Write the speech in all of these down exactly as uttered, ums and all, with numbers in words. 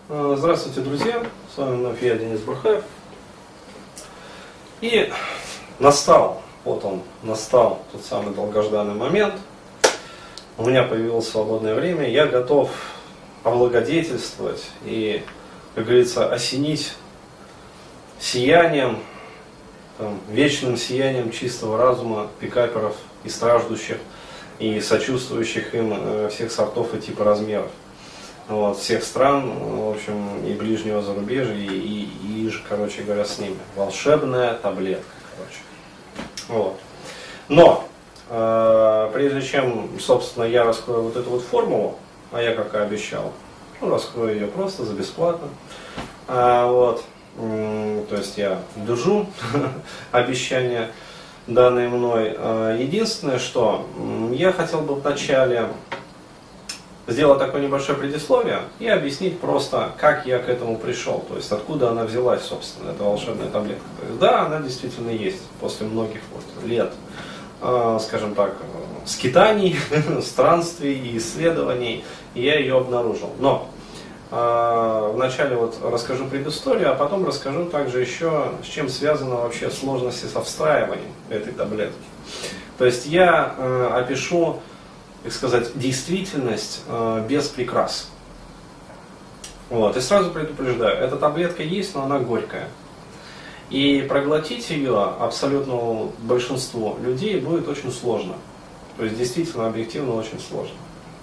Здравствуйте, друзья! С вами вновь я, Денис Бурхаев. И настал, вот он, настал тот самый долгожданный момент. У меня появилось свободное время, я готов облагодетельствовать и, как говорится, осенить сиянием, там, вечным сиянием чистого разума пикаперов и страждущих, и сочувствующих им э, всех сортов и типа размеров. Вот, всех стран, в общем, и ближнего зарубежья, и, и, и же, короче говоря, с ними. Волшебная таблетка, короче. Вот. Но, э, прежде чем, собственно, я раскрою вот эту вот формулу, а я, как и обещал, ну, раскрою ее просто за бесплатно. А, вот, то есть я держу обещания, данные мной. Единственное, что я хотел бы вначале сделать такое небольшое предисловие и объяснить просто, как я к этому пришел, то есть откуда она взялась, собственно, эта волшебная таблетка. То есть, да, она действительно есть после многих вот лет, э, скажем так, скитаний, странствий и исследований, и я ее обнаружил. Но э, вначале вот расскажу предысторию, а потом расскажу также еще, с чем связана вообще сложность со встраиванием этой таблетки. То есть я э, опишу, так сказать, действительность э, без прикрас. Вот. И сразу предупреждаю, эта таблетка есть, но она горькая. И проглотить ее абсолютному большинству людей будет очень сложно. То есть действительно, объективно очень сложно.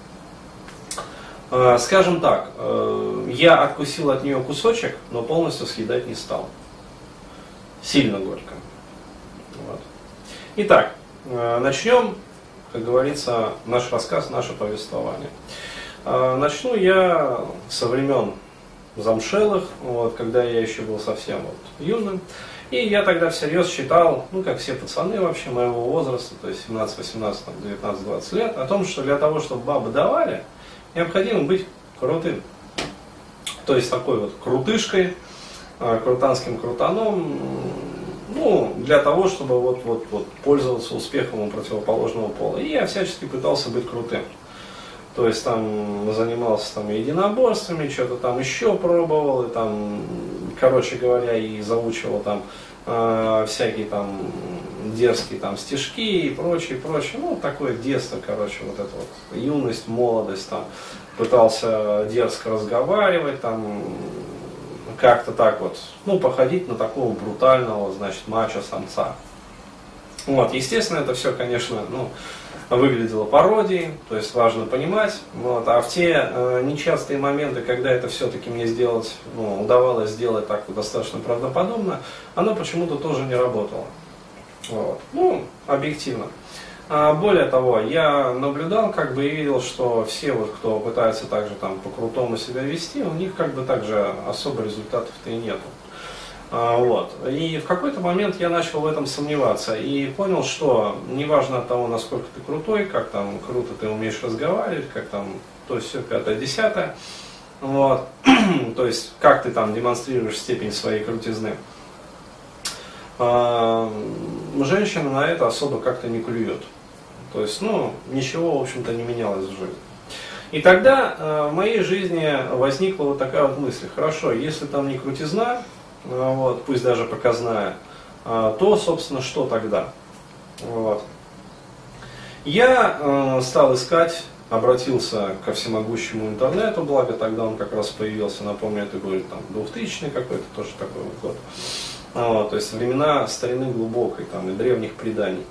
Э, скажем так, э, я откусил от нее кусочек, но полностью съедать не стал. Сильно горько. Вот. Итак, э, начнем. Как говорится, наш рассказ, наше повествование. Начну я со времен замшелых, вот, когда я еще был совсем вот юным. И я тогда всерьез считал, ну как все пацаны вообще моего возраста, то есть семнадцать, восемнадцать, девятнадцать, двадцать лет, о том, что для того, чтобы бабы давали, необходимо быть крутым. То есть такой вот крутышкой, крутанским крутаном. Ну, для того, чтобы вот, вот, вот пользоваться успехом у противоположного пола. И я всячески пытался быть крутым. То есть там занимался там единоборствами, что-то там еще пробовал, и там, короче говоря, и заучивал там э, всякие там дерзкие там стишки и прочее, прочее. Ну, такое детство, короче, вот это вот юность, молодость, там пытался дерзко разговаривать, там как-то так вот, ну, походить на такого брутального, значит, мачо-самца. Вот, естественно, это все, конечно, ну, выглядело пародией, то есть важно понимать, вот, а в те э, нечастые моменты, когда это все-таки мне сделать, ну, удавалось сделать так вот достаточно правдоподобно, оно почему-то тоже не работало. Вот. Ну, объективно. А более того, я наблюдал, как бы, и видел, что все, вот, кто пытается также там по-крутому себя вести, у них как бы также особо результатов-то и нету. А, вот. И в какой-то момент я начал в этом сомневаться и понял, что неважно от того, насколько ты крутой, как там круто ты умеешь разговаривать, как там то есть все пятое, десятое, вот. То есть как ты там демонстрируешь степень своей крутизны. А, женщина на это особо как-то не клюет. То есть, ну, ничего, в общем-то, не менялось в жизни. И тогда э, в моей жизни возникла вот такая вот мысль. Хорошо, если там не крутизна, э, вот, пусть даже показная, э, то, собственно, что тогда? Вот. Я э, стал искать, обратился ко всемогущему интернету, благо тогда он как раз появился, напомню, это был там двухтысячный какой-то, тоже такой вот год. Вот, то есть времена старины глубокой там, и древних преданий.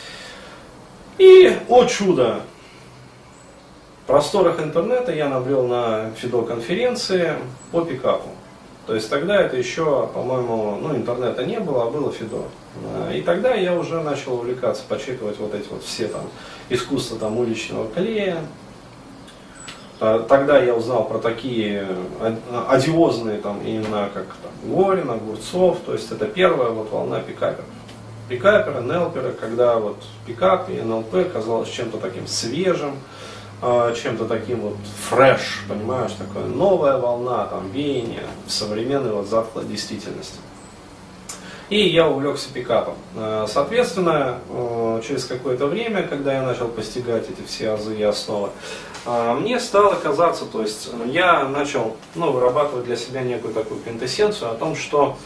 И, о чудо, в просторах интернета я набрел на Фидо-конференции по пикапу. То есть тогда это еще, по-моему, ну, интернета не было, а было Фидо. И тогда я уже начал увлекаться, почитывать вот эти вот все там искусства там уличного клея. Тогда я узнал про такие одиозные там имена, как там Горин, Огурцов, то есть это первая вот волна пикаперов. Пикаперы, нелперы, когда вот пикап и эн эл пэ казалось чем-то таким свежим, чем-то таким вот фреш, понимаешь, такая новая волна, там, веяние в современной вот затхлой действительности. И я увлекся пикапом. Соответственно, через какое-то время, когда я начал постигать эти все азы и основы, мне стало казаться, то есть я начал ну, вырабатывать для себя некую такую квинтэссенцию о том, что,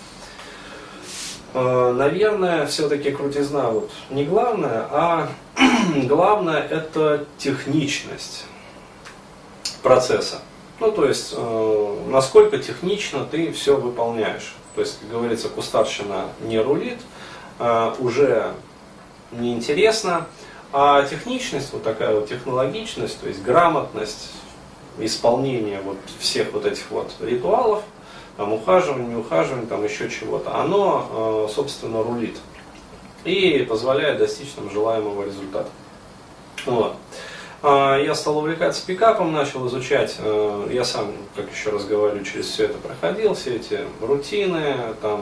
наверное, все-таки крутизна вот не главное, а главное это техничность процесса. Ну, то есть, насколько технично ты все выполняешь. То есть, как говорится, кустарщина не рулит, уже неинтересно. А техничность, вот такая вот технологичность, то есть грамотность исполнения вот всех вот этих вот ритуалов, там, ухаживания, ухаживания, там еще чего-то, оно, собственно, рулит и позволяет достичь там желаемого результата. Вот. Я стал увлекаться пикапом, начал изучать, я сам, как еще раз говорю, через все это проходил, все эти рутины, там,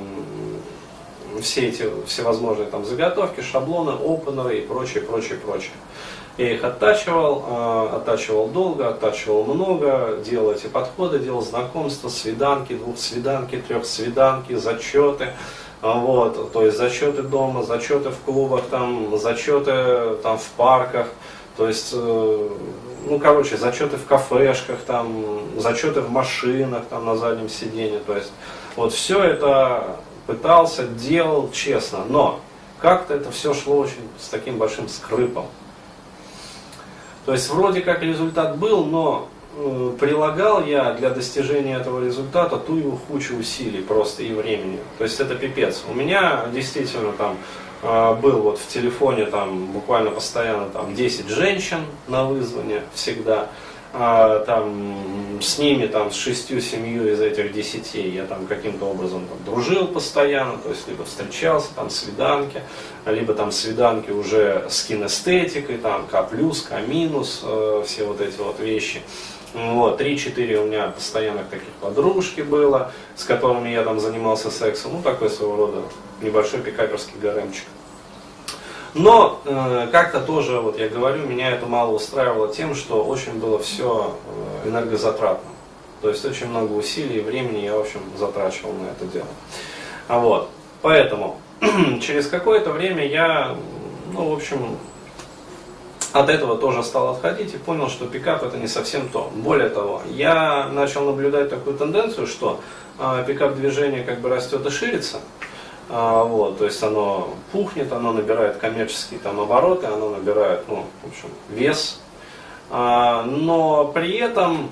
все эти всевозможные там заготовки, шаблоны, опенеры и прочее, прочее, прочее. Я их оттачивал, оттачивал долго, оттачивал много, делал эти подходы, делал знакомства, свиданки, двухсвиданки, трехсвиданки, зачеты. Вот, то есть зачеты дома, зачеты в клубах, там, зачеты там, в парках. То есть, ну, короче, зачеты в кафешках, там, зачеты в машинах, там, на заднем сиденье. То есть, вот все это пытался, делал честно, но как-то это все шло очень с таким большим скрипом. То есть, вроде как результат был, но э, прилагал я для достижения этого результата ту его кучу усилий просто и времени. То есть, это пипец. У меня действительно там был вот в телефоне там буквально постоянно там десять женщин на вызвание всегда, а, там с ними там с шестью-семью из этих десяти я там каким-то образом там дружил постоянно, то есть либо встречался, там свиданки, либо там свиданки уже с кинестетикой, там К плюс, К минус, э, все вот эти вот вещи. Вот, три-четыре у меня постоянных таких подружки было, с которыми я там занимался сексом, ну такой своего рода небольшой пикаперский гаремчик. Но э, как-то тоже, вот я говорю, меня это мало устраивало тем, что очень было все э, энергозатратно. То есть очень много усилий и времени я, в общем, затрачивал на это дело. А вот, поэтому через какое-то время я, ну, в общем, от этого тоже стал отходить и понял, что пикап это не совсем то. Более того, я начал наблюдать такую тенденцию, что э, пикап движение как бы растет и ширится. А, вот, то есть оно пухнет, оно набирает коммерческие там обороты, оно набирает, ну, в общем, вес. А, но при этом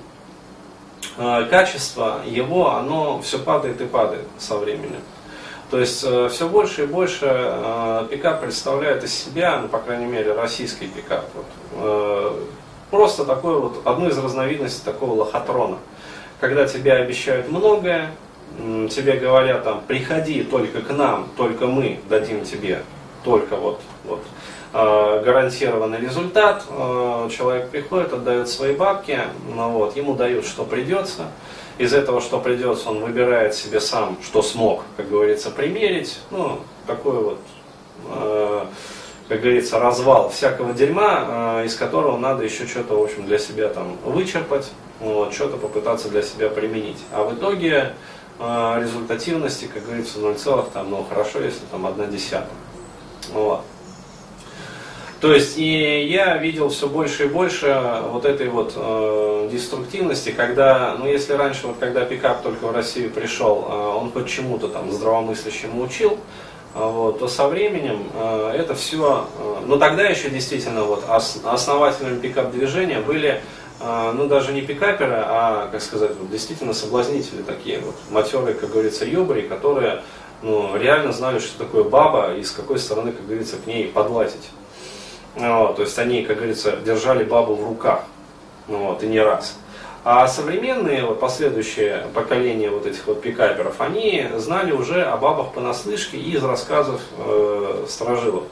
а, качество его, оно все падает и падает со временем. То есть э, все больше и больше э, пикап представляет из себя, ну, по крайней мере, российский пикап. Вот, э, просто такой вот, одну из разновидностей такого лохотрона. Когда тебе обещают многое, тебе говорят там, приходи только к нам, только мы дадим тебе только вот, вот э, гарантированный результат. Э, человек приходит, отдает свои бабки, ну, вот, ему дают, что придется. Из этого, что придется, он выбирает себе сам, что смог, как говорится, примерить. Ну, такой вот, э, как говорится, развал всякого дерьма, э, из которого надо еще что-то, в общем, для себя там вычерпать, вот, что-то попытаться для себя применить. А в итоге э, результативности, как говорится, ноль, там, ну, хорошо, если там одна десятая. Вот. То есть и я видел все больше и больше вот этой вот э, деструктивности, когда, ну если раньше, вот когда пикап только в Россию пришел, э, он хоть чему-то там здравомыслящему учил, э, вот, то со временем э, это все, э, ну тогда еще действительно вот ос, основателями пикап-движения были, э, ну даже не пикаперы, а, как сказать, вот, действительно соблазнители такие, вот, матерые, как говорится, ёбари, которые, ну, реально знали, что такое баба и с какой стороны, как говорится, к ней подлазить. Вот, то есть они, как говорится, держали бабу в руках, вот, и не раз. А современные, вот, последующие поколения вот этих вот пикаперов, они знали уже о бабах понаслышке из рассказов э, старожилов,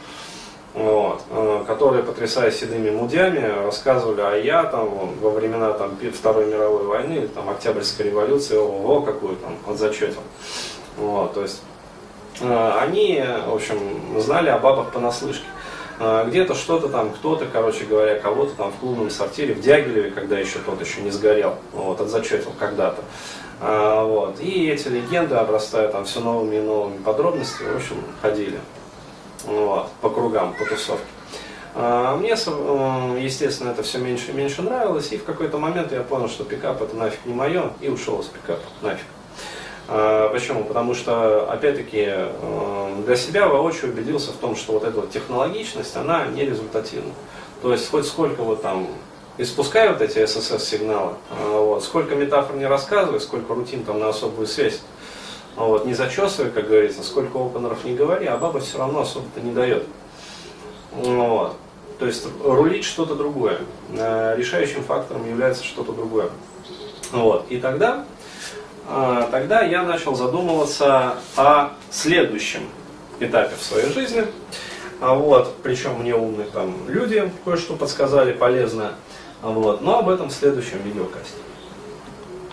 вот, э, которые, потрясая седыми мудями, рассказывали, а я там во времена там, Второй мировой войны, там, Октябрьской революции, ого, какую там отзачетил. Вот, то есть э, они, в общем, знали о бабах понаслышке. Где-то что-то там, кто-то, короче говоря, кого-то там в клубном сортире в Дягилеве, когда еще тот еще не сгорел, вот, отзачетил когда-то. А, вот. И эти легенды обрастают там все новыми и новыми подробностями, в общем, ходили вот, по кругам, по тусовке. А, мне, естественно, это все меньше и меньше нравилось, и в какой-то момент я понял, что пикап это нафиг не мое, и ушел из пикапа, нафиг. А, почему? Потому что, опять-таки, для себя воочию убедился в том, что вот эта вот технологичность, она не результативна. То есть, хоть сколько вот там испускаю вот эти эс эс эс-сигналы, вот, сколько метафор не рассказывай, сколько рутин там на особую связь, вот, не зачесывай, как говорится, сколько опенеров не говори, а баба все равно особо-то не дает. Вот. То есть, рулить что-то другое. Решающим фактором является что-то другое. Вот. И тогда... Тогда я начал задумываться о следующем этапе в своей жизни. Вот, причем мне умные там люди кое-что подсказали полезное. Вот, но об этом в следующем видеокасте.